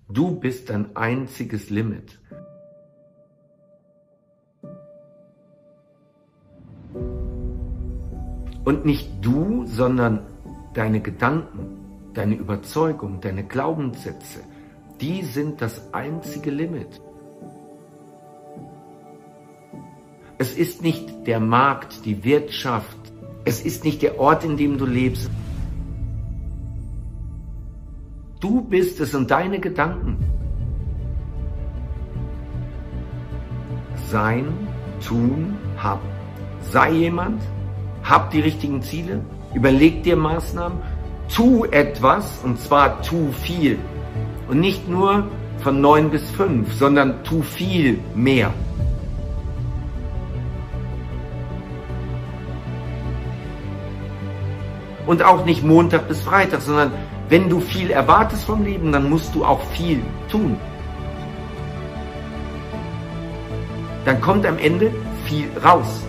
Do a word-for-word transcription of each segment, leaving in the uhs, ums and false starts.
Du bist dein einziges Limit. Und nicht du, sondern deine Gedanken, deine Überzeugung, deine Glaubenssätze, die sind das einzige Limit. Es ist nicht der Markt, die Wirtschaft, es ist nicht der Ort, in dem du lebst. Du bist es und deine Gedanken. Sein, tun, hab. Sei jemand, hab die richtigen Ziele, überleg dir Maßnahmen, tu etwas und zwar tu viel. Und nicht nur von neun bis fünf, sondern tu viel mehr. Und auch nicht Montag bis Freitag, sondern wenn du viel erwartest vom Leben, dann musst du auch viel tun. Dann kommt am Ende viel raus.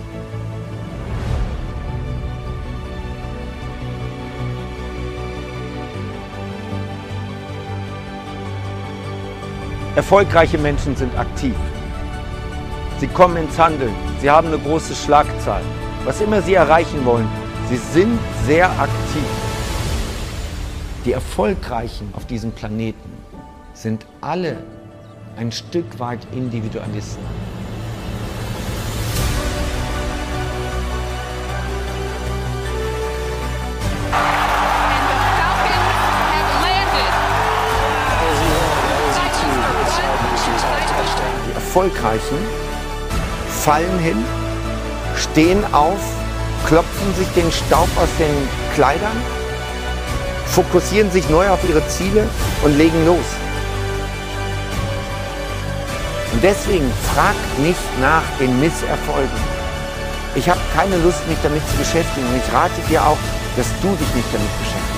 Erfolgreiche Menschen sind aktiv. Sie kommen ins Handeln. Sie haben eine große Schlagzahl. Was immer sie erreichen wollen, sie sind sehr aktiv. Die Erfolgreichen auf diesem Planeten sind alle ein Stück weit Individualisten. Die Erfolgreichen fallen hin, stehen auf, klopfen sich den Staub aus den Kleidern, fokussieren sich neu auf ihre Ziele und legen los. Und deswegen fragt nicht nach den Misserfolgen. Ich habe keine Lust, mich damit zu beschäftigen und ich rate dir auch, dass du dich nicht damit beschäftigst.